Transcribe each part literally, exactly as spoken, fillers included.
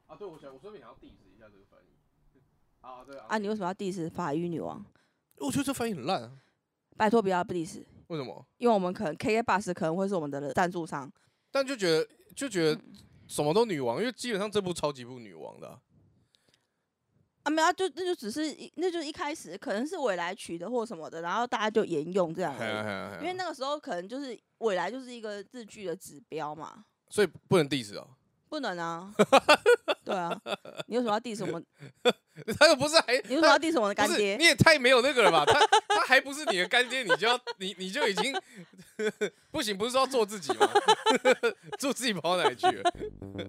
啊，对，我想我顺便想要 diss 一下这个翻译。啊，对啊。 啊，你为什么要 diss 法医女王？ 我觉得这翻译很烂啊。 拜托不要 diss。 为什么？ 因为我们可能 K K Bus 可能会是我们的赞助商， 但就觉得就觉得什么都女王，因为基本上这部超级部女王的啊。 啊没有、啊，就那就只是那就一开始可能是未来取的或什么的，然后大家就沿用这样而已。 嘿啊嘿啊嘿啊因为那个时候可能就是未来就是一个日剧的指标嘛， 所以不能 diss 哦。 不能啊。对啊，你为什么要 diss 我们？ 他又不是还你为什么要 diss 我们的干爹？ 你也太没有那个了吧？他他还不是你的干爹，你就要你你就已经不行，不是说要做自己吗？做自己跑到哪里去了？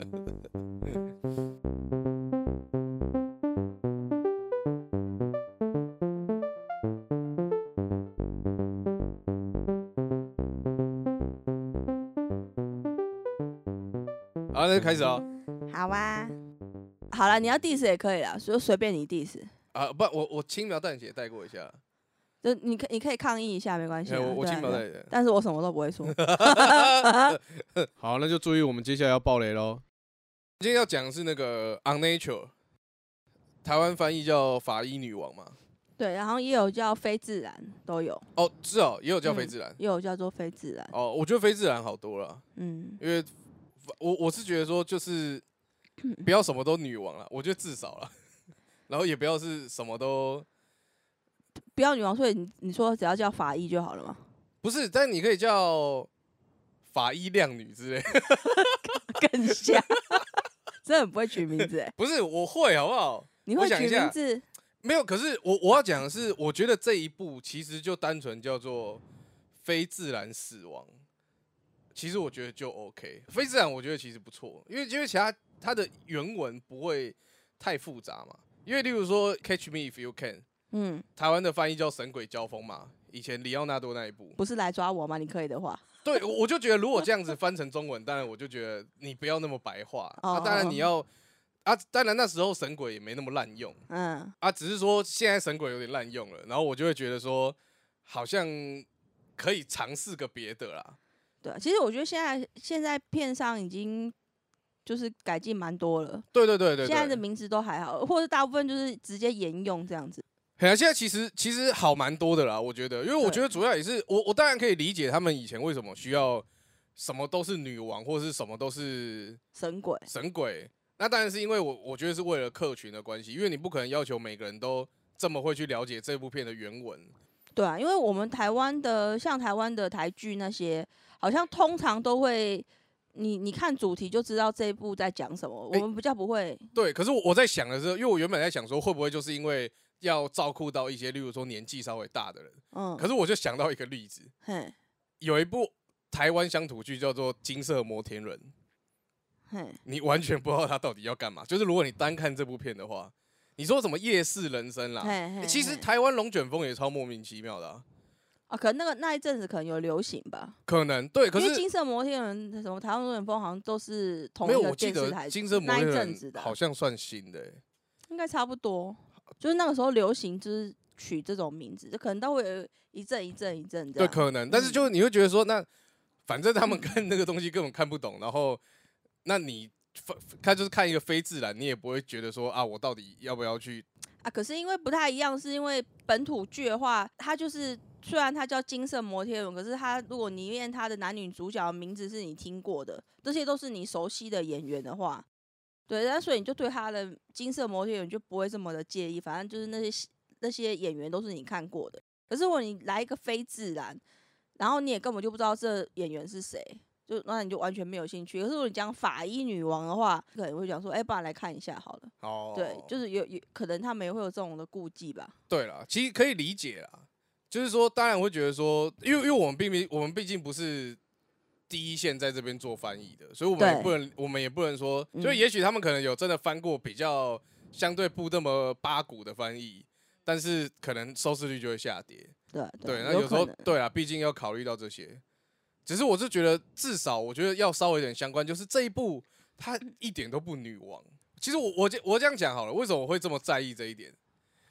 好，那就开始啊。 好啊，好了，你要 diss 也可以啦，所以随便你 diss。 啊，不，我我轻描淡写带过一下。 就你可你可以抗议一下，没关系、啊。 我我轻描淡写， 写， 但是我什么都不会说。 好，那就注意我们接下来要爆雷喽。今天要讲的是那个 Unnatural， 台湾翻译叫法医女王嘛。 对，然后也有叫非自然，都有。 哦，是哦，也有叫非自然、 嗯，也有叫做非自然。 哦，我觉得非自然好多了。 嗯， 因为我我是觉得说，就是不要什么都女王了，我觉得至少了，然后也不要是什么都不要女王，所以你你说只要叫法医就好了吗？ 不是，但你可以叫法医靓女之类， 更像，真的很不会取名字哎。 不是，我会好不好？ 你会取名字？ 没有，可是我我要讲的是，我觉得这一部其实就单纯叫做非自然死亡，其实我觉得就 OK。非自然我觉得其实不错，因为因为其他它的原文不会太复杂嘛。因为例如说 Catch Me If You Can， 嗯，台湾的翻译叫神鬼交锋嘛，以前里奥纳多那一部。 不是来抓我吗？你可以的话。对， 我就觉得如果这样子翻成中文，当然我就觉得你不要那么白话， 哦、 啊，当然你要。啊，当然那时候神鬼也没那么滥用，嗯，啊，只是说现在神鬼有点滥用了，然后我就会觉得说，好像可以尝试个别的啦。 对，其实我觉得现在现在片商已经就是改进蛮多了。 对对对 对, 對， 现在的名字都还好，或者大部分就是直接沿用这样子。 对啊，现在其实其实好蛮多的啦，我觉得，因为我觉得主要也是我我当然可以理解他们以前为什么需要什么都是女王，或者是什么都是神鬼神鬼。那当然是因为我我觉得是为了客群的关系，因为你不可能要求每个人都这么会去了解这部片的原文。 对啊，因为我们台湾的像台湾的台剧那些，好像通常都会，你你看主题就知道这一部在讲什么。欸、我们比较不会。 对，可是我在想的时候，因为我原本在想说，会不会就是因为要照顾到一些，例如说年纪稍微大的人。嗯。可是我就想到一个例子，有一部台湾乡土剧叫做《金色摩天轮》。你完全不知道他到底要干嘛。就是如果你单看这部片的话，你说什么夜市人生啦，嘿嘿嘿其实台湾龙卷风也超莫名其妙的啊。 啊，可能那个那一阵子可能有流行吧。 可能对，可是因为金色摩天轮什么台湾龙卷风好像都是同一个电视台。 金色摩天轮好像算新的、欸， 应该差不多。就是那个时候流行，就是取这种名字，就可能都会有一阵一阵一阵这样。 对，可能，但是就你会觉得说，那反正他们看那个东西根本看不懂，然后。那你他就是看一个非自然，你也不会觉得说啊，我到底要不要去啊？可是因为不太一样，是因为本土剧的话，它就是虽然它叫金色摩天轮，可是它如果里面它的男女主角的名字是你听过的，这些都是你熟悉的演员的话，对，那所以你就对他的金色摩天轮就不会这么的介意，反正就是那些那些演员都是你看过的。可是如果你来一个非自然，然后你也根本就不知道这演员是谁。就那你就完全没有兴趣。可是如果你讲法医女王的话，可能会讲说，哎、欸，不然来看一下好了。哦，对，就是有有可能他们也会有这种的顾忌吧。 对啦，其实可以理解啦，就是说，当然会觉得说，因为因为我们并没我们毕竟不是第一线在这边做翻译的，所以我们也不能我们也不能说，就也许他们可能有真的翻过比较相对不那么八股的翻译，但是可能收视率就会下跌。 对 对, 对，那有时候对啊，毕竟要考虑到这些。只是我是觉得，至少我觉得要稍微有点相关，就是这一部它一点都不女王。其实我我我这样讲好了，为什么我会这么在意这一点？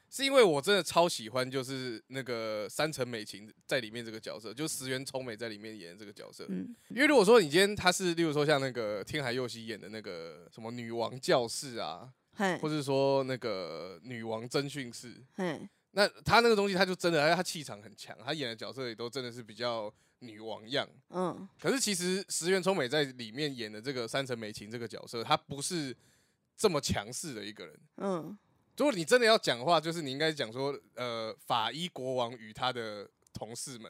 是因为我真的超喜欢，就是那个山城美琴在里面这个角色，就石原聪美在里面演的这个角色。嗯，因为如果说你今天他是，例如说像那个天海佑希演的那个什么女王教室啊，或者说那个女王侦讯室，那他那个东西他就真的，他气场很强，他演的角色也都真的是比较女王样。嗯，可是其实石原聪美在里面演的这个山城美琴这个角色，她不是这么强势的一个人。嗯。如果你真的要讲话，就是你应该讲说，呃，法医国王与他的同事们，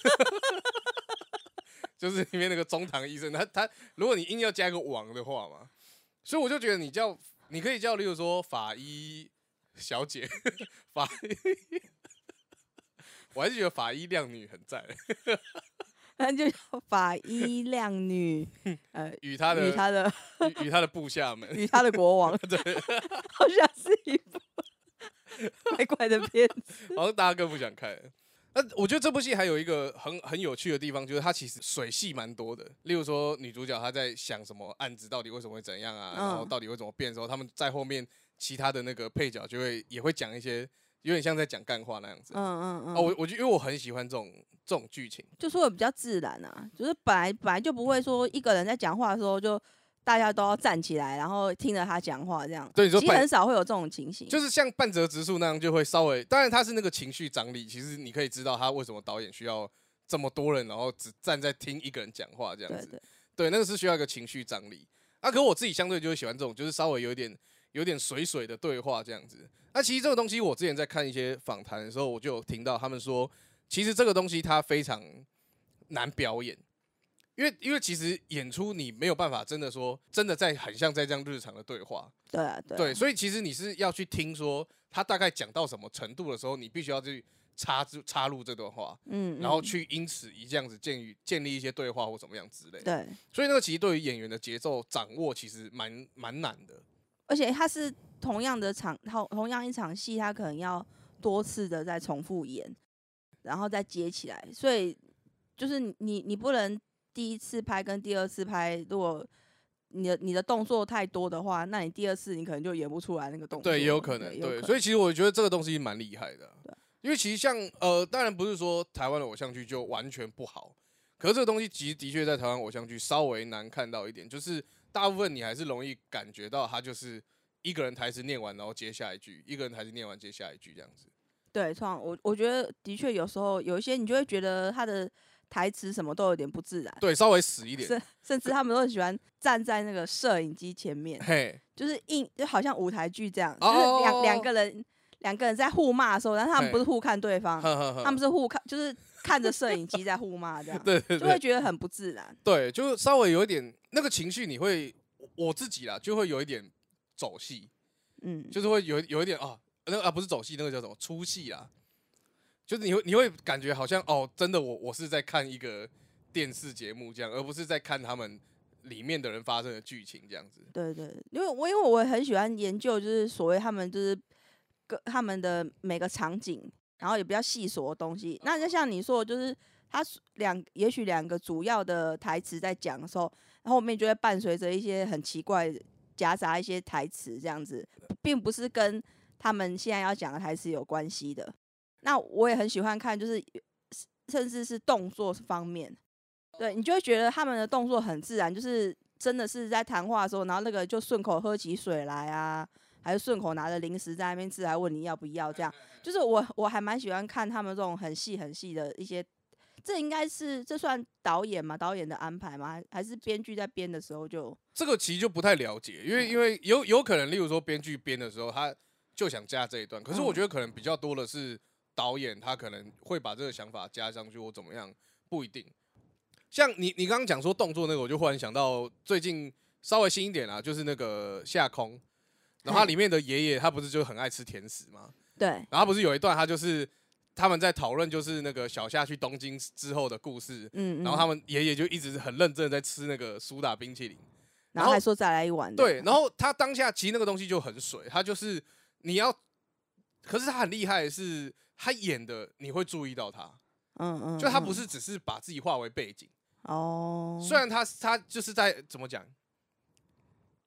就是里面那个中堂医生，他他，如果你硬要加一个王的话嘛，所以我就觉得你叫，你可以叫，例如说法医小姐，法医，我还是觉得法医靓女很赞。 那就叫法医靓女， 呃，与他的与他的与他的部下们， 与他的国王， 对， 好像是一部怪怪的片子， 好像大家更不想看。那我觉得这部戏还有一个很很有趣的地方，就是它其实水戏蛮多的。例如说，女主角她在想什么案子到底为什么会怎样啊，嗯、然后到底会怎么变的时候，他们在后面其他的那个配角就会也会讲一些。有点像在讲干话那样子，嗯嗯嗯，啊，我我觉得因为我很喜欢这种这种剧情， 就说的比较自然啊，就是本来本来就不会说一个人在讲话的时候就大家都要站起来，然后听着他讲话这样， 对， 其实很少会有这种情形， 就是像半泽直树那样就会稍微，当然他是那个情绪张力，其实你可以知道他为什么导演需要这么多人，然后只站在听一个人讲话这样子，对, 对, 对，那个是需要一个情绪张力，啊，可是我自己相对就会喜欢这种，就是稍微有一点有点水水的对话这样子。那其实这个东西，我之前在看一些访谈的时候，我就有听到他们说，其实这个东西它非常难表演，因为因为其实演出你没有办法真的说真的在很像在这样日常的对话， 对啊，对啊， 对，所以其实你是要去听说他大概讲到什么程度的时候，你必须要去插插入这段话，嗯，然后去因此以这样子建立建立一些对话或怎么样之类的， 对， 所以那个其实对于演员的节奏掌握其实蛮蛮难的， 而且他是。同样的场，同同样一场戏，他可能要多次的再重复演，然后再接起来，所以就是你你不能第一次拍跟第二次拍，如果你的你的动作太多的话，那你第二次你可能就演不出来那个动作。 对，也有可能，对，对，所以其实我觉得这个东西蛮厉害的、啊，对，因为其实像呃，当然不是说台湾的偶像剧就完全不好，可是这个东西其实的确在台湾偶像剧稍微难看到一点，就是大部分你还是容易感觉到它就是一个人台词念完，然后接下一句；一个人台词念完，接下一句，这样子。 对，创我我觉得的确有时候有一些你就会觉得他的台词什么都有点不自然， 对，稍微死一点， 甚甚至他们都很喜欢站在那个摄影机前面，嘿，就是硬就好像舞台剧这样，就是两两个人两个人在互骂的时候，但是他们不是互看对方，他们是互看，就是看着摄影机在互骂这样， 对, 对, 对， 就会觉得很不自然。 对，就稍微有一点那个情绪，你会我自己啦，就会有一点走戏，嗯，就是会有有一点啊，那个啊不是走戏，那个叫什么出戏啦。就是你会你会感觉好像哦，真的我我是在看一个电视节目这样，而不是在看他们里面的人发生的剧情这样子。 对对，因为我因为我很喜欢研究，就是所谓他们就是各他们的每个场景，然后也比较细琐的东西。那就像你说的，就是他两也许两个主要的台词在讲的时候，然后后面就会伴随着一些很奇怪夹杂一些台词这样子，并不是跟他们现在要讲的台词有关系的。那我也很喜欢看，就是甚至是动作方面，对你就会觉得他们的动作很自然，就是真的是在谈话的时候，然后那个就顺口喝起水来啊，还是顺口拿着零食在那边吃，还问你要不要，这样就是我我还蛮喜欢看他们这种很细很细的一些，这应该是这算导演吗？导演的安排吗？还是编剧在编的时候就这个其实就不太了解，因为因为有有可能，例如说编剧编的时候，他就想加这一段，可是我觉得可能比较多的是。导演他可能会把这个想法加上去或怎么样，不一定。像你你刚刚讲说动作那个，我就忽然想到最近稍微新一点啊，就是那个夏空，然后它里面的爷爷他不是就很爱吃甜食吗？ 对。 然后他不是有一段他就是他们在讨论就是那个小夏去东京之后的故事，嗯, 嗯，然后他们爷爷就一直很认真的在吃那个苏打冰淇淋， 然后还说再来一碗。 对，然后他当下其实那个东西就很水，他就是你要，可是他很厉害的是。他演的你会注意到他，嗯嗯，就他不是只是把自己化为背景哦。虽然他他就是在怎么讲，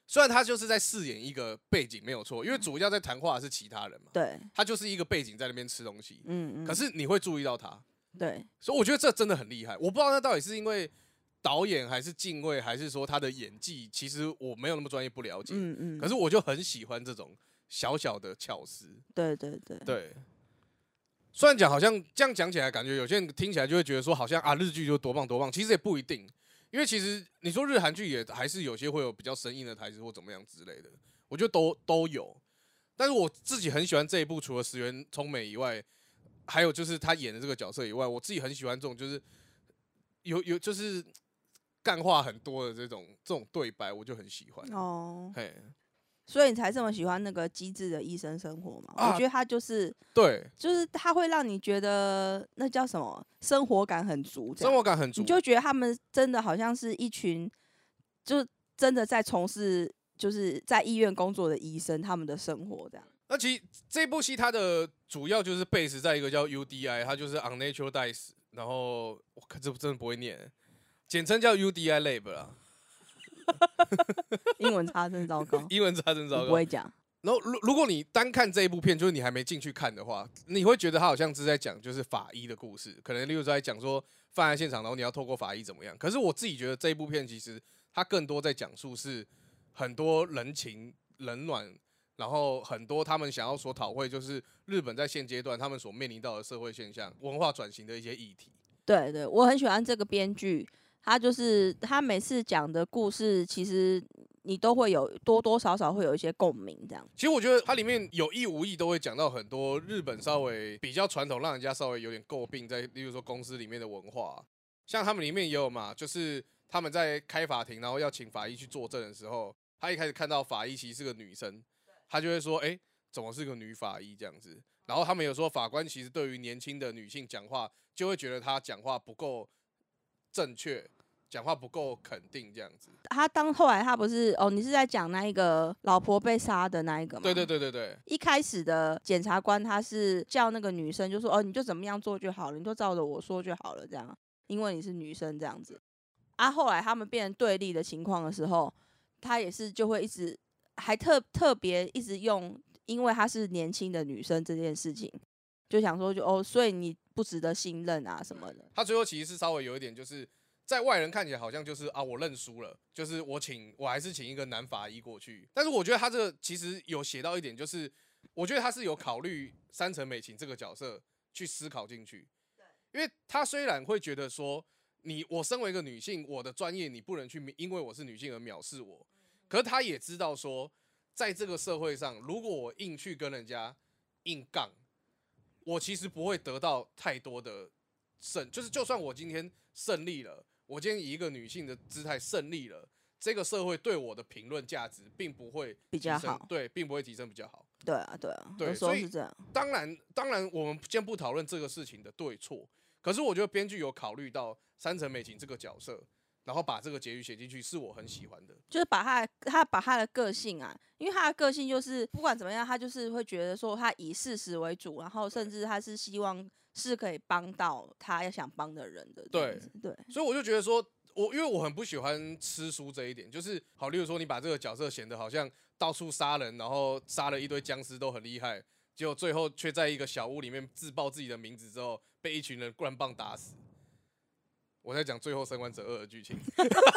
虽然他就是在饰演一个背景没有错，因为主要在谈话的是其他人嘛， 对， 他就是一个背景在那边吃东西， 嗯嗯， 可是你会注意到他， 对， 所以我觉得这真的很厉害。我不知道那到底是因为导演还是敬畏，还是说他的演技，其实我没有那么专业，不了解，嗯嗯，可是我就很喜欢这种小小的巧思， 对对对对。虽然讲好像这样讲起来，感觉有些人听起来就会觉得说，好像啊日剧就多棒多棒，其实也不一定，因为其实你说日韩剧也还是有些会有比较生硬的台词或怎么样之类的，我觉得都都有。但是我自己很喜欢这一部，除了石原聪美以外，还有就是他演的这个角色以外，我自己很喜欢这种就是有有就是干话很多的这种这种对白，我就很喜欢哦。嘿。 所以你才这么喜欢那个机智的医生生活嘛？啊、我觉得他就是对， 就是他会让你觉得那叫什么生活感很足， 生活感很足， 你就觉得他们真的好像是一群，就真的在从事就是在医院工作的医生他们的生活这样。 那其实这部戏它的主要就是 base 在一个叫 U D I， 它就是 unnatural death， 然后我可这真的不会念，简称叫 U D I lab 啦。 英文差真糟糕， 英文差真糟糕， 不会讲。 然后，如如果你单看这一部片，就是你还没进去看的话，你会觉得他好像是在讲就是法医的故事，可能例如在讲说犯案现场，然后你要透过法医怎么样。可是我自己觉得这一部片其实它更多在讲述是很多人情冷暖，然后很多他们想要所讨会，就是日本在现阶段他们所面临到的社会现象、文化转型的一些议题。 对对，我很喜欢这个编剧。他就是他每次讲的故事，其实你都会有多多少少会有一些共鸣，这样。 其实我觉得它里面有意无意都会讲到很多日本稍微比较传统，让人家稍微有点诟病，在例如说公司里面的文化，像他们里面也有嘛，就是他们在开法庭，然后要请法医去作证的时候，他一开始看到法医其实是个女生，他就会说，哎、欸，怎么是个女法医这样子？然后他们有说法官其实对于年轻的女性讲话，就会觉得她讲话不够正确。讲话不够肯定，这样子。 他当后来他不是哦，你是在讲那一个老婆被杀的那一个吗？ 对对对对对。 一开始的检察官他是叫那个女生就说哦，你就怎么样做就好了，你就照着我说就好了，这样，因为你是女生这样子。啊，后来他们变成对立的情况的时候，他也是就会一直还特特别一直用，因为她是年轻的女生这件事情，就想说就哦，所以你不值得信任啊什么的。 他最后其实是稍微有一点就是。在外人看起来好像就是啊，我认输了，就是我请我还是请一个男法医过去。但是我觉得他这个其实有写到一点，就是我觉得他是有考虑山城美琴这个角色去思考进去。因为他虽然会觉得说你我身为一个女性，我的专业你不能去因为我是女性而藐视我，可是他也知道说，在这个社会上，如果我硬去跟人家硬杠，我其实不会得到太多的胜，就是就算我今天胜利了。我今天以一个女性的姿态胜利了，这个社会对我的评论价值并不会比较好， 对，并不会提升比较好。 对啊，对啊， 对， 所以是这样。 当然，当然，我们先不讨论这个事情的对错，可是我觉得编剧有考虑到山城美琴这个角色，然后把这个结语写进去，是我很喜欢的。 就是把他他把他的个性啊，因为他的个性就是不管怎么样，他就是会觉得说他以事实为主，然后甚至他是希望。是可以帮到他要想帮的人的， 对对， 所以我就觉得说，我因为我很不喜欢吃书这一点，就是好，例如说你把这个角色显得好像到处杀人，然后杀了一堆僵尸都很厉害，结果最后却在一个小屋里面自报自己的名字之后，被一群人棍棒打死。我在讲《最后生还者二》的剧情，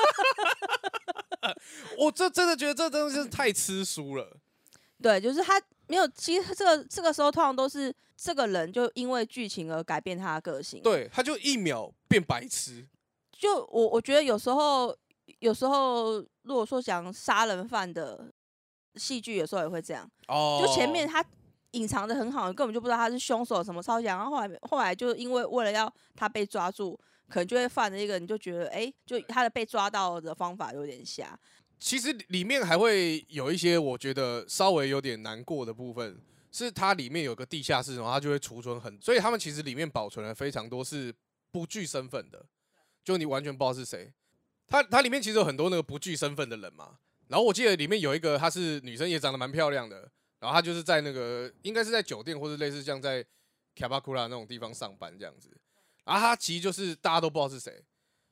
我这真的觉得这真的是太吃书了。 对，就是他没有，其实这个这个时候通常都是这个人就因为剧情而改变他的个性。 对，他就一秒变白痴。 就我我觉得有时候，有时候如果说讲杀人犯的戏剧，有时候也会这样。哦。就前面他隐藏的很好，根本就不知道他是凶手什么超强，然后后来后来就因为为了要他被抓住，可能就会犯了一个，你就觉得哎，就他的被抓到的方法有点瞎。 其实里面还会有一些我觉得稍微有点难过的部分，是它里面有个地下室，然后它就会储存很，所以他们其实里面保存了非常多是不具身份的，就你完全不知道是谁。它它里面其实有很多那个不具身份的人嘛，然后我记得里面有一个她是女生，也长得蛮漂亮的，然后她就是在那个应该是在酒店或者类似像在卡巴库拉那种地方上班这样子，然后她其实就是大家都不知道是谁。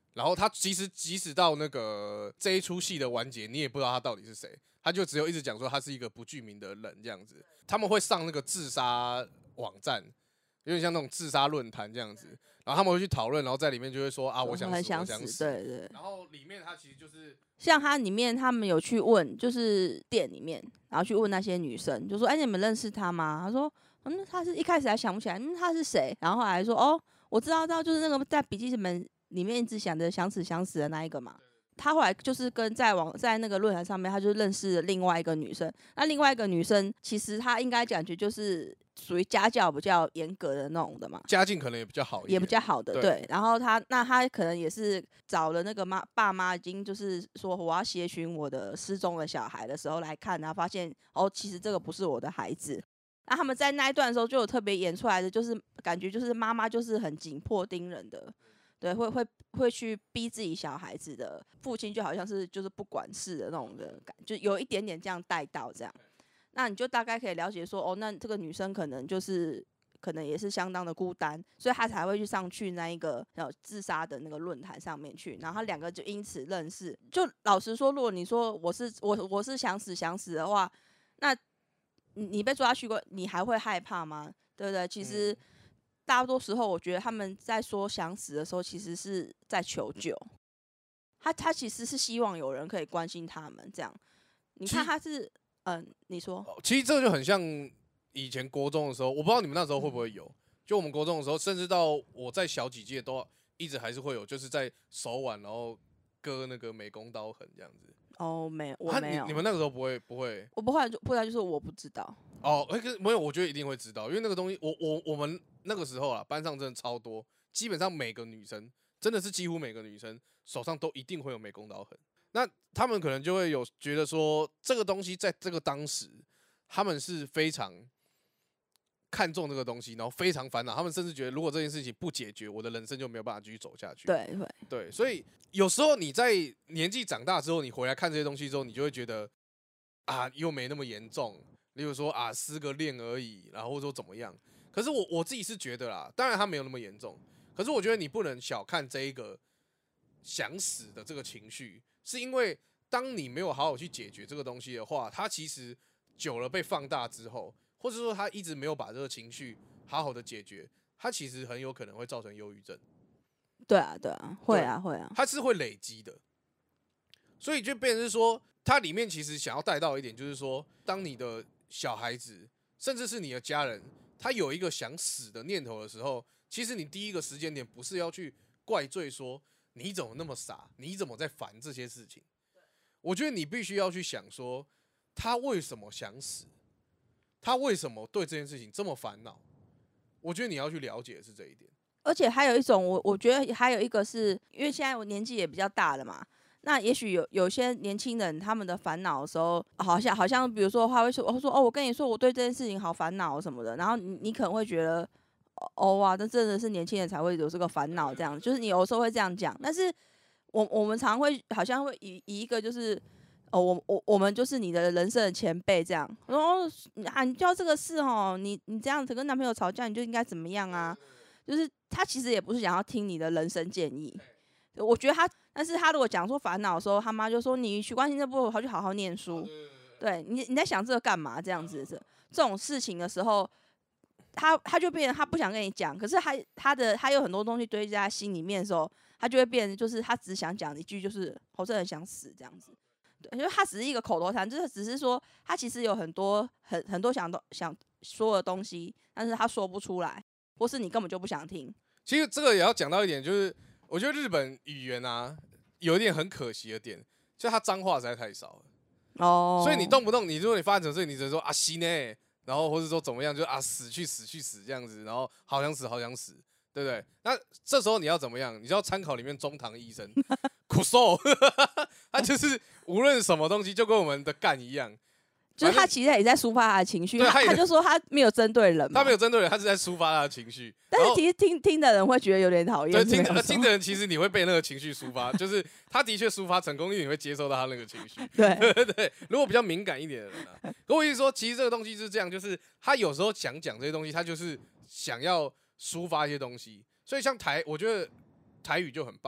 然后他即使即使到那个这一出戏的完结，你也不知道他到底是谁，他就只有一直讲说他是一个不具名的人这样子。他们会上那个自杀网站，有点像那种自杀论坛这样子，然后他们会去讨论，然后在里面就会说啊，我想死， 很想死， 我想死， 对对。 然后里面他其实就是像他里面他们有去问，就是店里面，然后去问那些女生，就说哎，你们认识他吗？他说嗯，他是一开始还想不起来，嗯，他是谁？然后后来说哦，我知道到就是那个在笔记本里面一直想着想死想死的那一个嘛。他后来就是跟在网在那个论坛上面，他就认识了另外一个女生。那另外一个女生，其实她应该感觉就是属于家教比较严格的那种的嘛， 家境可能也比较好一点， 也比较好的， 对, 对。然后他那他可能也是找了那个妈爸妈，已经就是说我要协寻我的失踪的小孩的时候来看，然后发现哦，其实这个不是我的孩子。那他们在那一段的时候就有特别演出来的，就是感觉就是妈妈就是很紧迫盯人的。对，会会会去逼自己小孩子的父亲，就好像是就是不管事的那种的感觉，就有一点点这样带到这样。那你就大概可以了解说，哦，那这个女生可能就是可能也是相当的孤单，所以她才会去上去那一个自杀的那个论坛上面去，然后两个就因此认识。就老实说，如果你说我是我我是想死想死的话，那你被抓去过，你还会害怕吗？对不对？其实。嗯大多时候，我觉得他们在说想死的时候，其实是在求救。他他其实是希望有人可以关心他们，这样。你看他是，嗯、呃，你说， 其实这就很像以前国中的时候，我不知道你们那时候会不会有。就我们国中的时候，甚至到我在小几届都一直还是会有，就是在手腕然后割那个美工刀痕这样子。 哦，没，我没有。 你, 你们那个时候不会不会？ 我不会，不然就是我不知道。 哦，哎、欸，没有，我觉得一定会知道，因为那个东西，我我我们那个时候啊，班上真的超多，基本上每个女生，真的是几乎每个女生手上都一定会有美工刀痕。那他们可能就会有觉得说，这个东西在这个当时，他们是非常看重这个东西，然后非常烦恼，他们甚至觉得，如果这件事情不解决，我的人生就没有办法继续走下去。 对对对，所以有时候你在年纪长大之后，你回来看这些东西之后，你就会觉得啊，又没那么严重。例如说啊，失个恋而已，然后或者说怎么样？可是我我自己是觉得啦，当然他没有那么严重，可是我觉得你不能小看这一个想死的这个情绪，是因为当你没有好好去解决这个东西的话，它其实久了被放大之后，或者说他一直没有把这个情绪好好的解决，它其实很有可能会造成忧郁症。 对啊，对啊，会啊，会啊， 它是会累积的，所以就变成是说，它里面其实想要带到一点，就是说，当你的小孩子，甚至是你的家人，他有一个想死的念头的时候，其实你第一个时间点不是要去怪罪说你怎么那么傻，你怎么在烦这些事情。我觉得你必须要去想说，他为什么想死，他为什么对这件事情这么烦恼。我觉得你要去了解的是这一点。 而且还有一种，我我觉得还有一个是，因为现在我年纪也比较大了嘛。那也许有有些年轻人他们的烦恼的时候，好像好像比如说他会说，我说哦，我跟你说我对这件事情好烦恼什么的，然后你你可能会觉得，哦哇，那真的是年轻人才会有这个烦恼，这样就是你有时候会这样讲，但是我我们常会好像会以以一个就是哦，我我我们就是你的人生的前辈这样，我说哦啊，你叫这个事哦，你你这样子跟男朋友吵架，你就应该怎么样啊？就是他其实也不是想要听你的人生建议。我觉得他，但是他如果讲说烦恼的时候，他妈就说你去关心这部，好去好好念书。对你，你在想这个干嘛？这样子，这这种事情的时候，他他就变成他不想跟你讲，可是他他的他有很多东西堆在他心里面的时候，他就会变成就是他只想讲一句，就是我真的很想死这样子。对，因为他只是一个口头禅，就是只是说他其实有很多很很多想想说的东西，但是他说不出来，或是你根本就不想听。 其实这个也要讲到一点，就是。我觉得日本语言啊，有一点很可惜的点，就它脏话实在太少了。哦， oh. 所以你动不动，你如果你发成这，你只能说啊西呢，然后或者说怎么样，就啊死去死去死这样子，然后好想死好想死，对不对？那这时候你要怎么样？你就要参考里面中堂医生苦受，他就是无论什么东西，就跟我们的干一样。 就是他其实也在抒发他的情绪，他, 他就说他没有针对人嘛， 他没有针对人，他是在抒发他的情绪。 但是其实听听的人会觉得有点讨厌。 对，听听的人其实你会被那个情绪抒发，就是他的确抒发成功，因为你会接受到他那个情绪。 对对对，如果比较敏感一点的人啊，可我意思说，其实这个东西是这样，就是他有时候想讲这些东西，他就是想要抒发一些东西。所以像台，我觉得台语就很棒，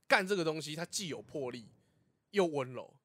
干这个东西，它既有魄力又温柔。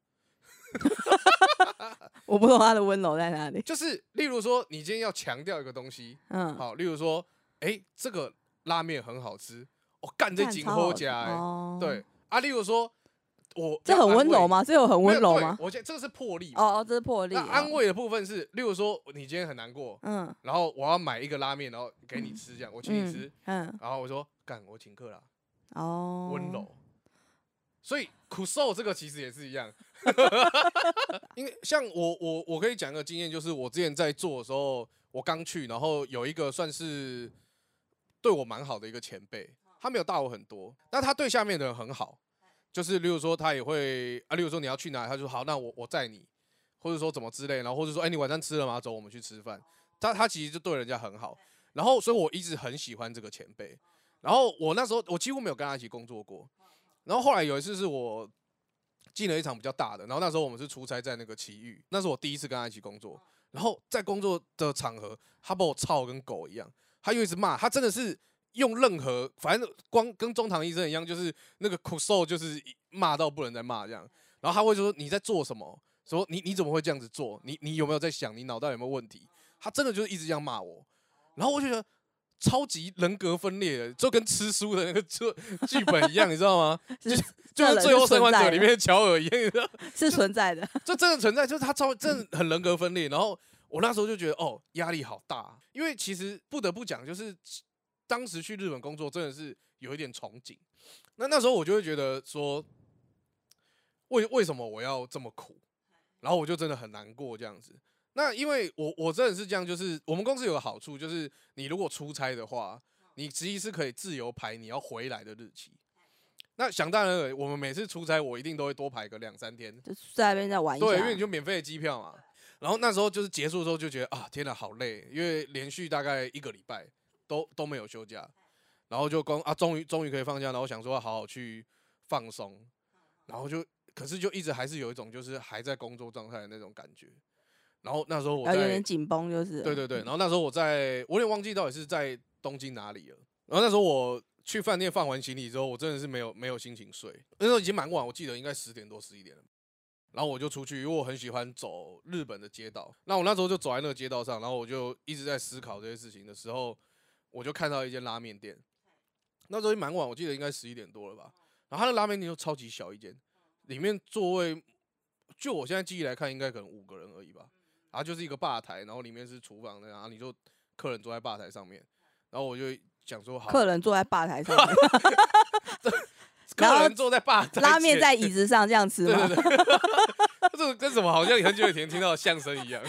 我不懂他的温柔在哪里。 就是例如说，你今天要强调一个东西，嗯，好，例如说，哎、欸，这个拉面很好吃，我、哦、干这紧喝加，哎，对啊，例如说。我这很温柔吗？这有很温柔吗？ 我觉得这个是魄力。 哦哦，这是魄力。 那安慰的部分是，例如说你今天很难过，嗯，然后我要买一个拉面，然后给你吃，这样我请你吃，嗯，然后我说干，我请客啦，哦，温柔。所以苦受这个其实也是一样，因为像我我我可以讲一个经验，就是我之前在做的时候，我刚去，然后有一个算是对我蛮好的一个前辈，他没有大我很多，但他对下面的人很好。就是例如说他也会啊，例如说你要去哪里，他就说好，那我我载你，或者说怎么之类，然后或者说哎、欸、你晚上吃了吗？走，我们去吃饭。他他其实就对人家很好，然后所以我一直很喜欢这个前辈。然后我那时候我几乎没有跟他一起工作过，然后后来有一次是我进了一场比较大的，然后那时候我们是出差在那个奇遇，那是我第一次跟他一起工作。然后在工作的场合，他把我操跟狗一样，他又一直骂，他真的是。用任何反正光跟中堂医生一样，就是那个苦受，就是骂到不能再骂这样。然后他会说你在做什么？说你你怎么会这样子做？你你有没有在想你脑袋有没有问题？他真的就是一直这样骂我，然后我就觉得超级人格分裂的，就跟吃书的那个剧本一样，你知道吗？就就是《最后生还者》里面的乔尔一样， 是存在的， 就真的存在，就是他超真的很人格分裂。然后我那时候就觉得哦，压力好大，因为其实不得不讲，就是。当时去日本工作真的是有一点憧憬，那那时候我就会觉得说，为为什么我要这么苦？然后我就真的很难过这样子。那因为我我真的是这样，就是我们公司有个好处，就是你如果出差的话，你其实是可以自由排你要回来的日期。那想当然，我们每次出差，我一定都会多排个两三天， 就在那边再玩一下。 对，因为你就免费的机票嘛。然后那时候就是结束的时候就觉得啊，天哪，好累，因为连续大概一个礼拜。都都没有休假，然后就光啊，终于终于可以放假，然后想说要好好去放松，然后就可是就一直还是有一种就是还在工作状态的那种感觉，然后那时候我在有点紧绷，就是对对对，然后那时候我在我有点忘记到底是在东京哪里了，然后那时候我去饭店放完行李之后，我真的是没有没有心情睡，那时候已经蛮晚，我记得应该十点多十一点了。然后我就出去，因为我很喜欢走日本的街道。那我那时候就走在那个街道上，然后我就一直在思考这些事情的时候。我就看到一间拉面店，那时候蛮晚，我记得应该十一点多了吧。然后他的拉面店就超级小一间，里面座位，就我现在记忆来看，应该可能五个人而已吧。然后就是一个吧台，然后里面是厨房的，然后你就客人坐在吧台上面。然后我就想说，好， 客人坐在吧台上面， 客人坐在吧台， 拉面在椅子上这样吃吗？ 对对对，这个跟什么好像你很久以前听到的相声一样。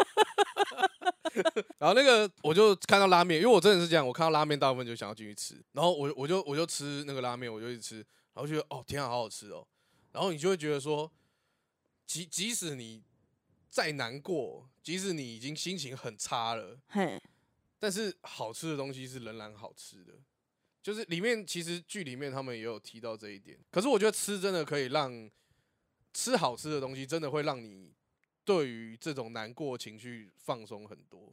然后那个我就看到拉面，因为我真的是这样，我看到拉面大部分就想要进去吃，然后我我就我就吃那个拉面，我就一直吃，然后觉得哦天啊好好吃哦，然后你就会觉得说，即即使你再难过，即使你已经心情很差了，但是好吃的东西是仍然好吃的，就是里面其实剧里面他们也有提到这一点，可是我觉得吃真的可以让吃好吃的东西真的会让你。对于这种难过情绪放松很多，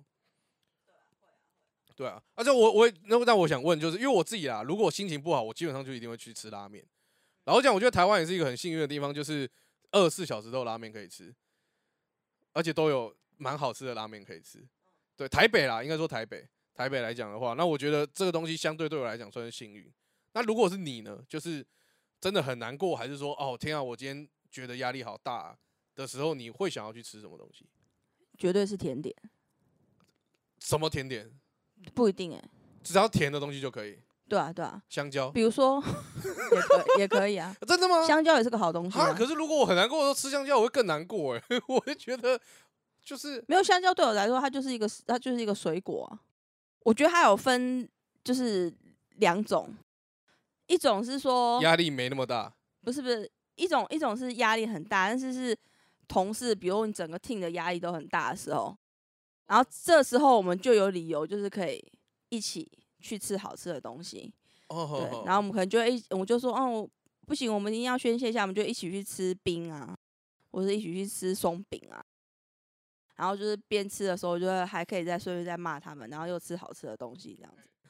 对啊，而且我我那但我想问，就是因为我自己啦，如果我心情不好，我基本上就一定会去吃拉面。然后讲，我觉得台湾也是一个很幸运的地方，就是二十四小时都有拉面可以吃，而且都有蛮好吃的拉面可以吃。对，台北啦，应该说台北，台北来讲的话，那我觉得这个东西相对对我来讲算是幸运。那如果是你呢，就是真的很难过，还是说哦天啊，我今天觉得压力好大啊的时候，你会想要去吃什么东西？ 绝对是甜点。 什么甜点？ 不一定哎、欸， 只要甜的东西就可以。 对啊，对啊。 香蕉， 比如说，也可也可以啊。 真的吗？ 香蕉也是个好东西啊。 可是如果我很难过的时候吃香蕉，我会更难过哎、欸。我会觉得就是没有香蕉对我来说，它就是一个它就是一个水果啊。我觉得它有分就是两种，一种是说压力没那么大， 不是不是。一种一种是压力很大，但是是同事，比如你整个 team 的压力都很大的时候，然后这时候我们就有理由，就是可以一起去吃好吃的东西。 哦， 对，然后我们可能就会一，我们就说，哦，不行，我们一定要宣泄一下，我们就一起去吃冰啊，或者一起去吃松饼啊。然后就是边吃的时候，就还可以再顺便再骂他们，然后又吃好吃的东西这样子。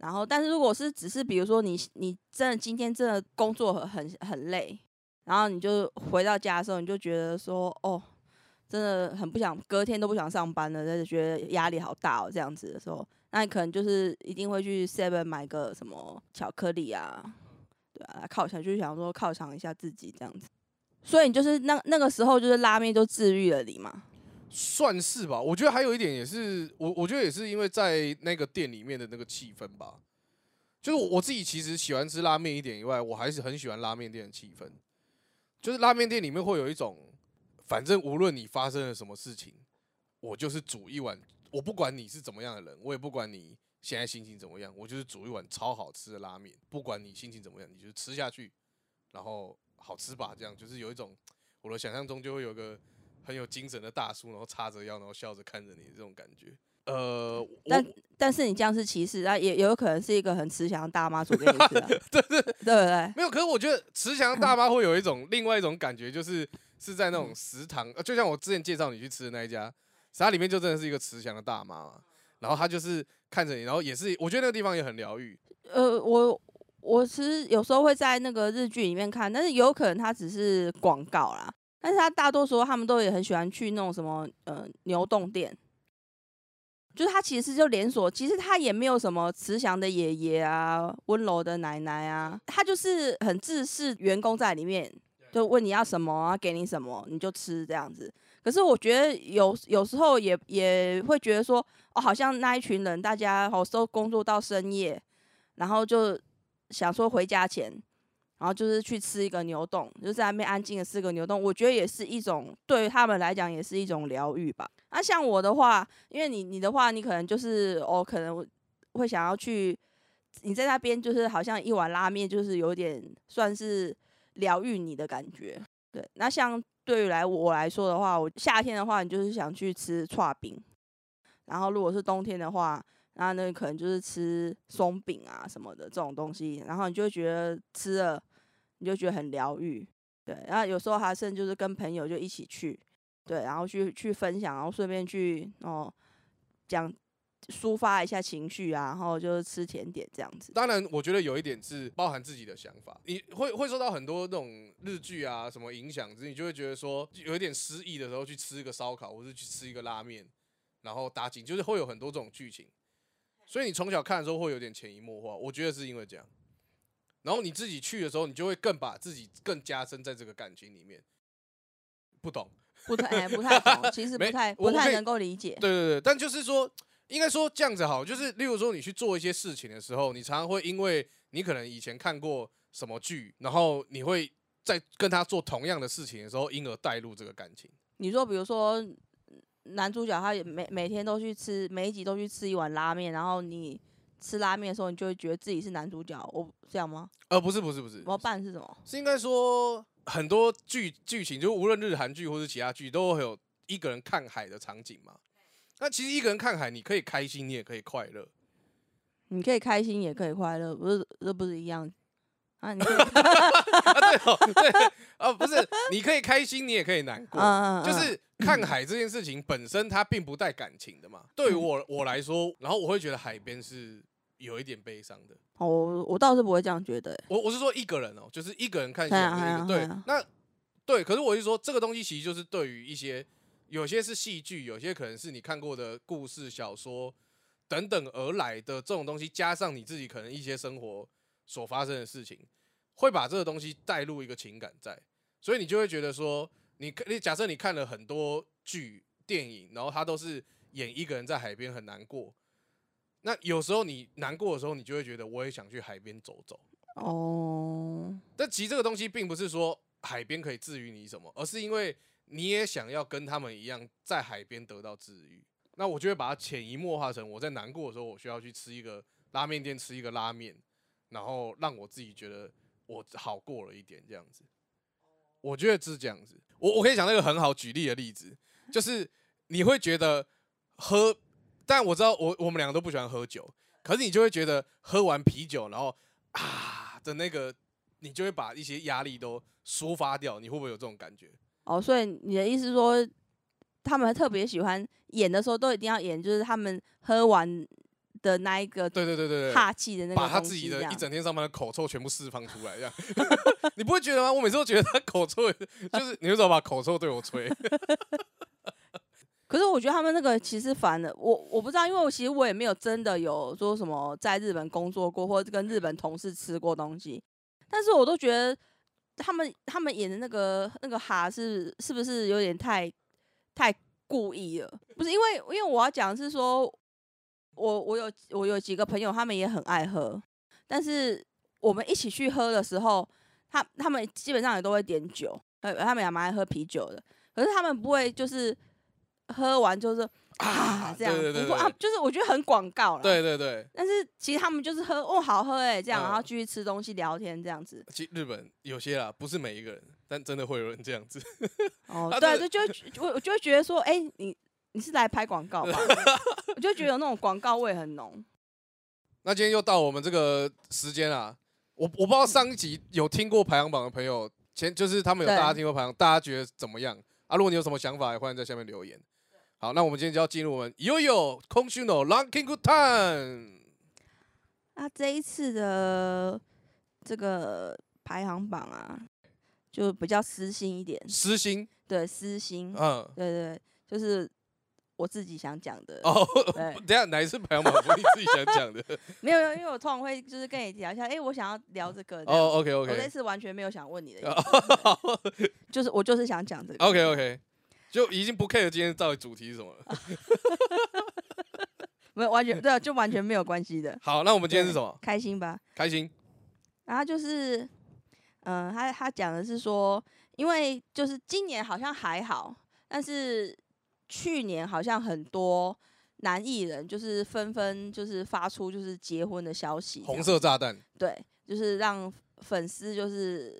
然后，但是如果是只是比如说你你真的今天真的工作很很很累，然后你就回到家的时候，你就觉得说哦，真的很不想，隔天都不想上班了，就觉得压力好大哦，这样子的时候，那你可能就是一定会去 seven 买个什么巧克力啊，对啊，犒赏，就是想说犒赏一下自己这样子。所以你就是那那个时候就是拉面就治愈了你嘛？ 算是吧，我觉得还有一点也是，我我觉得也是因为在那个店里面的那个气氛吧。就是我我自己其实喜欢吃拉面一点以外，我还是很喜欢拉面店的气氛。就是拉面店里面会有一种，反正无论你发生了什么事情，我就是煮一碗，我不管你是怎么样的人，我也不管你现在心情怎么样，我就是煮一碗超好吃的拉面，不管你心情怎么样，你就吃下去，然后好吃吧，这样就是有一种我的想象中就会有个很有精神的大叔，然后叉着腰，然后笑着看着你的这种感觉。呃， 但但是你这样是歧视啊，也也有可能是一个很慈祥的大妈煮给你吃啊， 对对对不对？ 没有，可是我觉得慈祥大妈会有一种另外一种感觉，就是是在那种食堂，呃，就像我之前介绍你去吃的那一家，它里面就真的是一个慈祥的大妈嘛，然后她就是看着你，然后也是，我觉得那个地方也很疗愈。 呃，我我其实有时候会在那个日剧里面看，但是有可能它只是广告啦，但是他大多数他们都也很喜欢去那种什么呃牛洞店。就是他其实就连锁，其实他也没有什么慈祥的爷爷啊，温柔的奶奶啊，他就是很自视员工在里面，就问你要什么啊，给你什么你就吃这样子。可是我觉得有有时候也也会觉得说，哦，好像那一群人大家哦都工作到深夜，然后就想说回家前，然后就是去吃一个牛丼，就在那边安静的吃个牛丼，我觉得也是一种对于他们来讲也是一种疗愈吧。那、啊、像我的话，因为你你的话，你可能就是哦，可能会想要去，你在那边就是好像一碗拉面，就是有点算是疗愈你的感觉。对，那像对于来我来说的话，我夏天的话，你就是想去吃剉冰，然后如果是冬天的话，那那可能就是吃松饼啊什么的这种东西，然后你就会觉得吃了，你就觉得很疗愈。对，然后有时候还甚至就是跟朋友就一起去。对，然后去去分享，然后顺便去哦讲抒发一下情绪啊，然后就是吃甜点这样子。 当然，我觉得有一点是包含自己的想法，你会会受到很多那种日剧啊什么影响，你就会觉得说有一点失意的时候去吃一个烧烤，或是去吃一个拉面，然后打紧，就是会有很多这种剧情。所以你从小看的时候会有点潜移默化，我觉得是因为这样。然后你自己去的时候，你就会更把自己更加深在这个感情里面。不懂。 不太不太懂，其实不太不太能够理解。 对对对，但就是说，应该说这样子好，就是例如说你去做一些事情的时候，你常常会因为你可能以前看过什么剧，然后你会在跟他做同样的事情的时候，因而带入这个感情。 你说，比如说男主角他也每每天都去吃，每一集都去吃一碗拉面，然后你吃拉面的时候，你就会觉得自己是男主角，我这样吗？ 呃，不是不是不是， 我办是什么？ 是应该说。很多剧剧情，就无论日韩剧或是其他剧，都会有一个人看海的场景嘛。那其实一个人看海，你可以开心，你也可以快乐。 你可以开心，也可以快乐，不是这不是一样啊？你可以啊对哦，对哦，不是，你可以开心，你也可以难过。嗯嗯嗯就是看海这件事情本身，它并不带感情的嘛。对于我我来说，然后我会觉得海边是有一点悲伤的。 哦，我倒是不会这样觉得、欸。 我我是说一个人哦，就是一个人看起来，对，那对，可是我是说这个东西其实就是对于一些有些是戏剧，有些可能是你看过的故事、小说等等而来的这种东西，加上你自己可能一些生活所发生的事情，会把这个东西带入一个情感在，所以你就会觉得说，你你假设你看了很多剧、电影，然后他都是演一个人在海边很难过。那有时候你难过的时候，你就会觉得我也想去海边走走。哦。但其实这个东西并不是说海边可以治愈你什么，而是因为你也想要跟他们一样在海边得到治愈。那我就会把它潜移默化成我在难过的时候，我需要去吃一个拉面店，吃一个拉面，然后让我自己觉得我好过了一点这样子。我觉得是这样子。我我可以讲那个很好举例的例子，就是你会觉得喝。但我知道我我们两个都不喜欢喝酒，可是你就会觉得喝完啤酒，然后啊的那个，你就会把一些压力都抒发掉。你会不会有这种感觉？ 哦，所以你的意思是说，他们特别喜欢演的时候都一定要演，就是他们喝完的那一个， 对对对对， 哈气的那个， 把他自己的一整天上班的口臭全部释放出来，这样你不会觉得吗？我每次都觉得他口臭，就是你为什么把口臭对我吹？ 可是我觉得他们那个其实反而我我不知道，因为我其实我也没有真的有说什么在日本工作过，或者跟日本同事吃过东西，但是我都觉得他们他们演的那个那个哈是是不是有点太太故意了？不是因为因为我要讲的是说，我我有我有几个朋友，他们也很爱喝，但是我们一起去喝的时候，他他们基本上也都会点酒，呃，他们也蛮爱喝啤酒的，可是他们不会就是喝完就是啊这样， 对对对对不啊，就是我觉得很广告了， 对对对。 但是其实他们就是喝哦好喝哎、欸、这样，嗯、然后继续吃东西聊天这样子。 其实日本有些啦，不是每一个人，但真的会有人这样子。 哦，对、啊，就就我我就会觉得说，哎、欸，你你是来拍广告吧？我就觉得有那种广告味很浓。 那今天又到我们这个时间啦，我我不知道上一集有听过排行榜的朋友，前就是他们有大家听过排行，大家觉得怎么样啊？如果你有什么想法，也欢迎在下面留言。好，那我们今天就要进入我们いよいよ今週のランキングタイム。 那这一次的这个排行榜啊，就比较私心一点。 私心？ 对，私心。 嗯， 对对，就是我自己想讲的。 哦，等一下哪一次排行榜不是你自己想讲的？ 没有，因为我通常会就是跟你聊一下，哎、欸，我想要聊这个。 哦 ，OK OK。 我这次完全没有想问你的意思，就是我就是想讲这个。 OK OK。就已经不 care 今天到底主题是什么了， 没有完全对，就完全没有关系的。 好，那我们今天是什么？ 开心吧， 开心。 然后就是，嗯、呃，他他讲的是说，因为就是今年好像还好，但是去年好像很多男艺人就是纷纷就是发出就是结婚的消息， 红色炸弹。 对，就是让粉丝就是。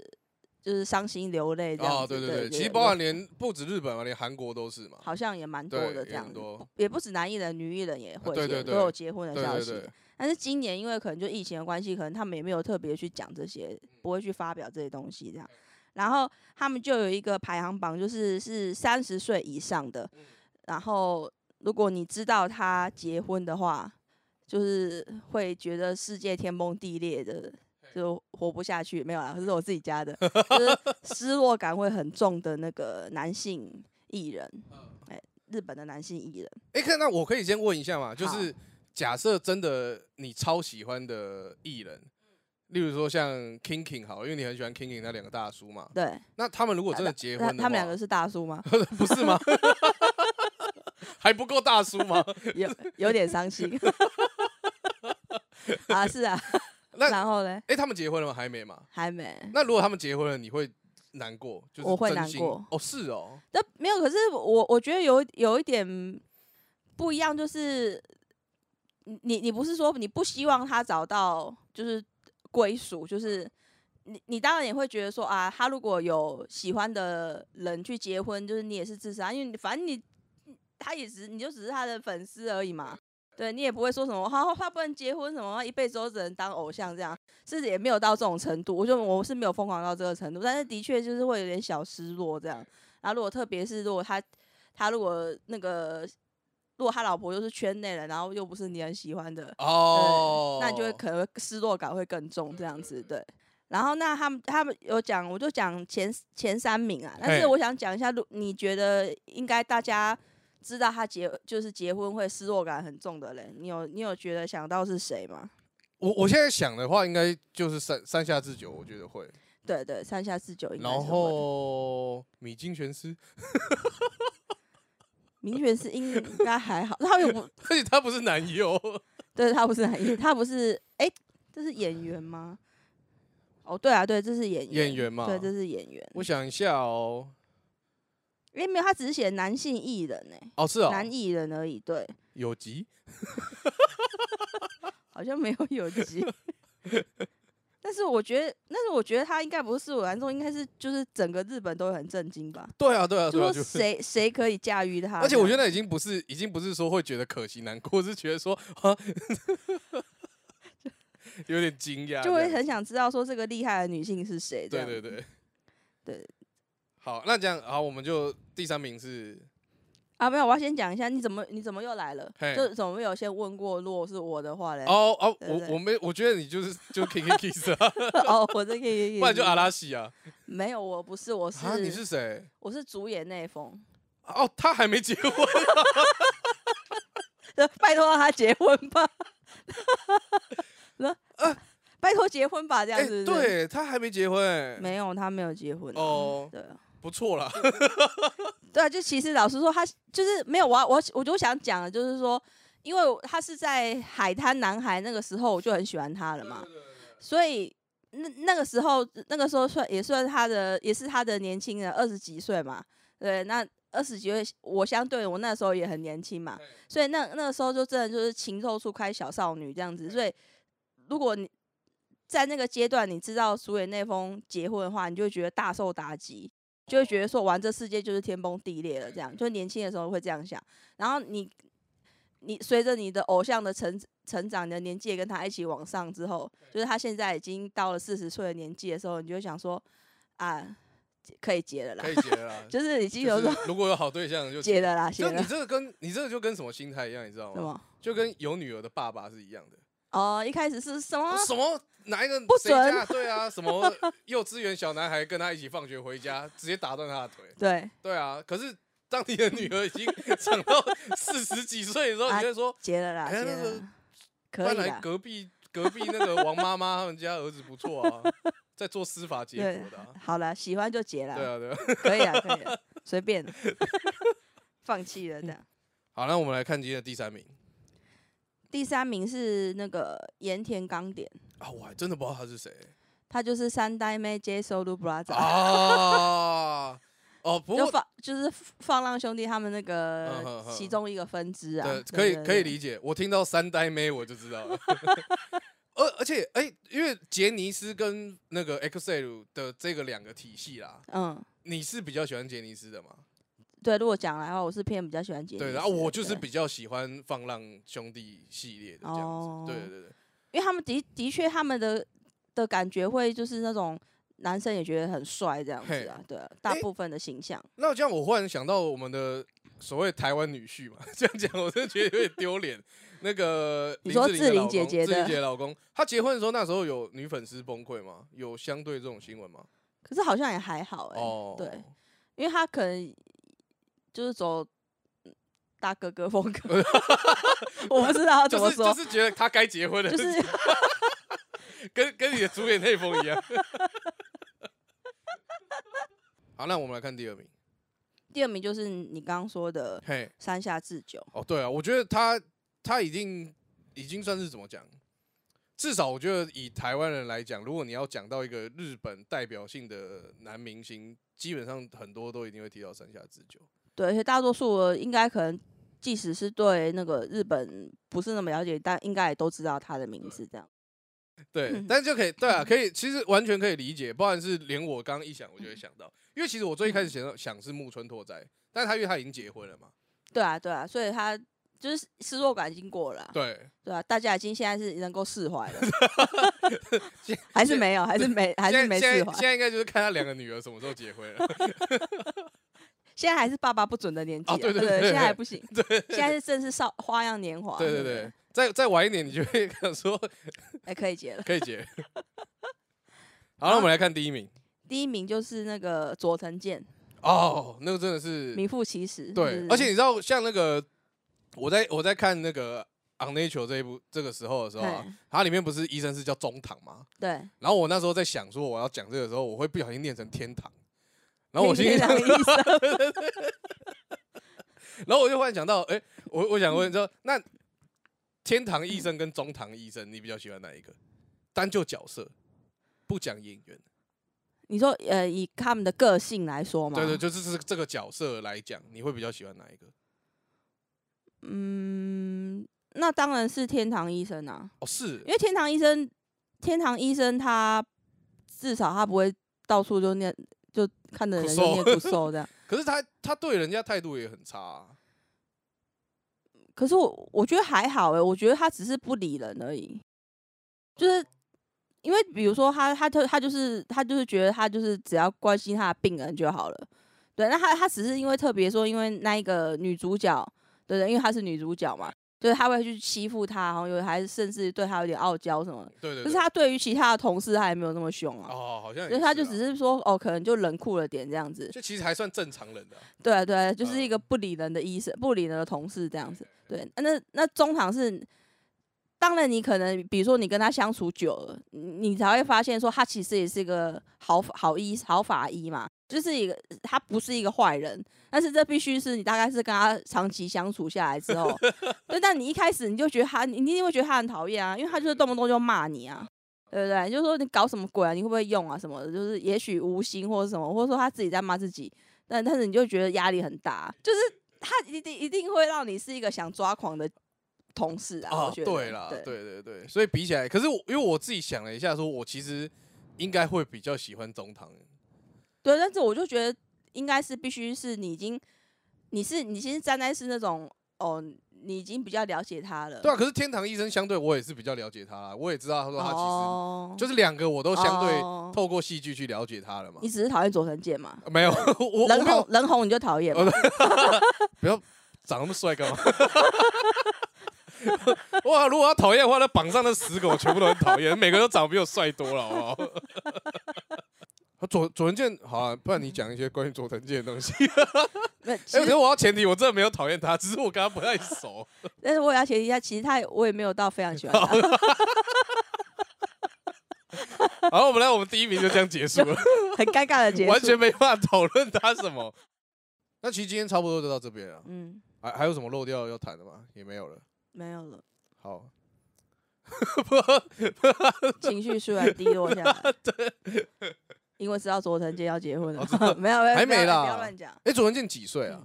就是伤心流泪这样子。 哦，对对对, 对，其实包含连不止日本嘛，连韩国都是嘛。 好像也蛮多的这样子， 也, 也不止男艺人，女艺人也会， 对对对， 都有结婚的消息。 对对对， 但是今年因为可能就疫情的关系，可能他们也没有特别去讲这些，不会去发表这些东西这样。然后他们就有一个排行榜，就是是三十岁以上的，然后如果你知道他结婚的话，就是会觉得世界天崩地裂的。就活不下去，没有啦，这是我自己加的，就是失落感会很重的那个男性艺人，哎、欸，日本的男性艺人。 哎、欸，那我可以先问一下嘛，就是假设真的你超喜欢的艺人，例如说像 King 好，因为你很喜欢 King 那两个大叔嘛， 对。 那他们如果真的结婚的话， 他们两个是大叔吗？ 不是吗？还不够大叔吗？ 有有点伤心。啊，是啊。那然后呢？ 哎、欸，他们结婚了吗？还没嘛？ 还没。 那如果他们结婚了，你会难过？就是我会难过。 哦，是哦。 那没有，可是我我觉得有有一点不一样，就是你你不是说你不希望他找到就是归属，就是你你当然也会觉得说啊，他如果有喜欢的人去结婚，就是你也是支持他，因为反正你他也只你就只是他的粉丝而已嘛。对，你也不会说什么，他他不能结婚什么，一辈子都只能当偶像这样，是也没有到这种程度。我就我是没有疯狂到这个程度，但是的确就是会有点小失落这样。然后如果特别是如果他他如果那个如果他老婆又是圈内人，然后又不是你很喜欢的哦，那你就会可能失落感会更重这样子。对，然后那他们他们有讲，我就讲前前三名啊，但是我想讲一下，你觉得应该大家。知道他结就是结婚会失落感很重的人，你有你有觉得想到是谁吗？ 我我现在想的话，应该就是山山下智久，我觉得会。 对对，山下智久应该是会。 然后米津玄师， 米津玄师应该还好，他又不， 而且他不是男优。 对，他不是男优，他不是，哎、欸，这是演员吗？哦，对啊，对，这是演员， 演员嘛， 对，这是演员。 我想一下哦。 因为没有，他只是写男性艺人哎、欸， 哦是哦， 男艺人而已，对。 有吉？ 好像没有有吉。但是我觉得，但是我觉得他应该不是我来说，应该是就是整个日本都很震惊吧。 对啊，对啊，对啊， 就谁谁可以驾驭他？ 而且我觉得已经不是，已经不是说会觉得可惜难过，是觉得说啊，有点惊讶， 就会很想知道说这个厉害的女性是谁。 对对对对。 好，那这样好，我们就第三名是啊，没有，我要先讲一下，你怎么你怎么又来了？就怎么没有先问过，如果是我的话嘞？ 哦哦，我我没，我觉得你就是就 K K Kiss 啊。 哦，我是 K K Kiss， 不然就阿拉西啊。 没有，我不是，我是。 啊，你是谁？ 我是主演内丰。 哦，他还没结婚。 拜托让他结婚吧。呃，拜托结婚吧，这样子。 对他还没结婚。 没有，他没有结婚。哦，对， 不错啦。 对啊，就其实老实说，他就是没有我我我就想讲的，就是说，因为他是在海滩男孩那个时候，我就很喜欢他了嘛，所以那那个时候那个时候算也算他的，也是他的年轻人，二十几岁嘛，对，那二十几岁，我相对我那时候也很年轻嘛，所以那那个时候就真的就是情窦初开小少女这样子，所以如果你在那个阶段你知道竹野内丰结婚的话，你就会觉得大受打击。就会觉得说，玩这世界就是天崩地裂了，这样就年轻的时候会这样想。然后你，你随着你的偶像的成成长，你的年纪也跟他一起往上之后，就是他现在已经到了四十岁的年纪的时候，你就会想说，啊，可以结了啦， 可以结了啦。 就是已经有说， 如果有好对象就结了啦。就你这个跟你这个就跟什么心态一样，你知道吗？什么？就跟有女儿的爸爸是一样的。 哦，一开始是什么什么哪一个不准？ 对啊，什么幼稚园小男孩跟他一起放学回家，直接打断他的腿。 对对啊，可是当你的女儿已经长到四十几岁的时候，啊、你会说结了啦， 哎、欸，那个搬来隔壁隔壁那个王妈妈他们家儿子不错啊，在做司法结果的、啊。 好了，喜欢就结了。 对啊，对啊， 可以啊，可以啊，随便，放弃了这样。 好，那我们来看今天的第三名。 第三名是那个盐田刚典啊，我还真的不知道他是谁。 他就是三代目 J Soul Brother 啊。哦，不过就放就是放浪兄弟他们那个其中一个分支啊。 对，可以可以理解。我听到三代妹我就知道了。而而且哎、欸，因为杰尼斯跟那个 X L 的这个两个体系啦，嗯，你是比较喜欢杰尼斯的吗？ 对，如果讲来的话，我是偏比较喜欢杰尼斯。 对，然后我就是比较喜欢放浪兄弟系列的这样子。哦、对对对， 因为他们的的确他们的的感觉会就是那种男生也觉得很帅这样子啊，对啊，大部分的形象。 欸、那这样我忽然想到我们的所谓台湾女婿嘛，这样讲我真的觉得有点丢脸。那个你说志玲姐姐的志玲姐老公，他结婚的时候那时候有女粉丝崩溃吗？有相对这种新闻吗？ 可是好像也还好哎、欸，哦、对，因为他可能。就是走大哥哥风格，我不知道怎么说， 就是、就是觉得他该结婚了，就是跟跟你的主演内丰一样。好，那我们来看第二名。 第二名就是你刚刚说的山下智久。 哦，对啊，我觉得他他已经已经算是怎么讲？至少我觉得以台湾人来讲，如果你要讲到一个日本代表性的男明星，基本上很多都一定会提到山下智久。 对，而且大多数应该可能，即使是对那个日本不是那么了解，但应该也都知道他的名字这样。 对，嗯、但就可以对啊，可以，其实完全可以理解，不然是连我刚刚一想，我就会想到，因为其实我最一开始想想是木村拓哉，但是他因为他已经结婚了嘛。 对啊，对啊，所以他就是失落感已经过了。 对， 对啊，大家已经现在是能够释怀了，还是没有，还是没，还是没释怀。 现在应该就是看他两个女儿什么时候结婚了。 现在还是爸爸不准的年纪、啊， 哦、对对 对, 对, 对，现在还不行。 对， 现在是正是少花样年华。 对对对，对再再晚一点，你就会想说， 哎、欸，可以结了， 可以结。好，那我们来看第一名。 第一名就是那个佐藤健。 哦，那个真的是名副其实。 对， 是是而且你知道，像那个我在我在看那个《Unnatural》这一部这个时候的时候啊，它里面不是医生是叫中堂吗？ 对。 然后我那时候在想说，我要讲这个时候，我会不小心念成天堂。然后我心里想，然后我就忽然想到，哎、欸，我我想问说，那天堂医生跟中堂医生，你比较喜欢哪一个？单就角色，不讲演员。 你说，呃，以他们的个性来说嘛？ 对对，就是这个角色来讲，你会比较喜欢哪一个？ 嗯，那当然是天堂医生啊。 哦，是因为天堂医生，天堂医生他至少他不会到处就念。就看着人就念不受这样， 可是他他对人家态度也很差、啊。 可是我我觉得还好哎、欸，我觉得他只是不理人而已。就是因为比如说他他他他就是他就是觉得他就是只要关心他的病人就好了， 对，那他他只是因为特别说，因为那一个女主角，对对，因为她是女主角嘛，就是他会去欺负她，然后有还是甚至对她有点傲娇什么。 对对。 可是他对于其他的同事，他也没有那么凶啊。 哦，好像。 所以他就只是说，哦，可能就冷酷了点这样子。 就其实还算正常人的。 对啊对啊，就是一个不理人的医生，不理人的同事这样子。对，那那中堂是。当然，你可能比如说你跟他相处久了，你才会发现说他其实也是一个好好医好法医嘛，就是一个他不是一个坏人，但是这必须是你大概是跟他长期相处下来之后，对，但你一开始你就觉得他，你一定会觉得他很讨厌啊，因为他就是动不动就骂你啊，对不对？就是说你搞什么鬼啊，你会不会用啊什么的，就是也许无心或者什么，或者说他自己在骂自己，但但是你就觉得压力很大，就是他一定一定会让你是一个想抓狂的。同事啊， 哦、 我觉得对啦， 对对对对，所以比起来，可是我因为我自己想了一下，说我其实应该会比较喜欢中堂。 对，但是我就觉得应该是必须是你已经，你是你其实站在是那种哦，你已经比较了解他了。 对啊，可是天堂医生相对我也是比较了解他啦，我也知道他说他其实、哦、就是两个我都相对透过戏剧去了解他了嘛。 你只是讨厌佐藤健嘛？ 没有，我人红人红你就讨厌嘛？ 不要长那么帅干嘛？哇！如果要讨厌的话，那榜上的十个我全部都很讨厌，每个都长得比我帅多了，好不好？佐佐藤健，好啊，不然你讲一些关于佐藤健的东西。哎、欸，可是我要前提，我真的没有讨厌他，只是我跟他不太熟。 但是我也要前提一下，其实他我也没有到非常喜欢他。 好，我们来，我们第一名就这样结束了， 很尴尬的结束， 完全没办法讨论他什么。那其实今天差不多就到这边了。嗯，还还有什么漏掉要谈的吗？也没有了。 没有了。 好， 情绪突然低落下来。对，因为知道佐藤健要结婚了。没有，没有， 还没啦。 不要乱讲。 哎、欸，佐藤健几岁啊？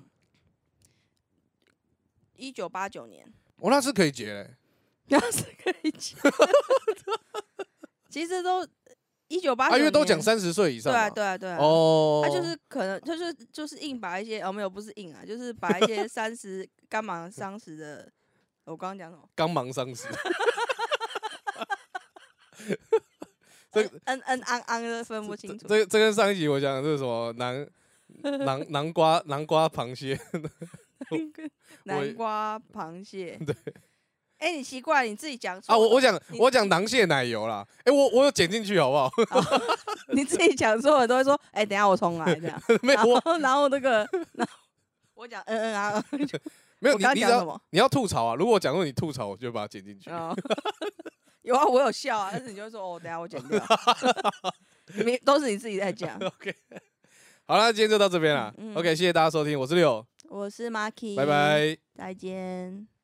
一九八九年。 哦，那是可以结嘞、欸。 那是可以结。其实都一九八九年， 因为都讲三十岁以上。 对啊，对啊，对啊。 哦。 他就是可能就是就是硬把一些哦没有不是硬啊，就是把一些三十刚满三十的。我刚刚讲什么？ 刚忙丧事。 这嗯嗯昂昂的分不清楚。 这这跟上一集我讲的是什么南南南瓜南瓜螃蟹。 南瓜螃蟹。 对。 哎、欸，你奇怪，你自己讲啊！我我讲我讲囊蟹奶油啦。哎、欸，我我有剪进去好不好？ 你自己讲错了都会说，哎、欸，等一下我重来这样。 没有。 然后然后那个，然后我讲嗯嗯啊。 没有，你你只要你要吐槽啊！如果我讲过你吐槽，我就把它剪进去。 哦、有啊，我有笑啊，但是你就会说哦，等一下我剪掉。你都是你自己在讲。 OK， 好了，今天就到这边了。嗯、OK， 谢谢大家收听，我是六， 我是 Marky， 拜拜， 再见。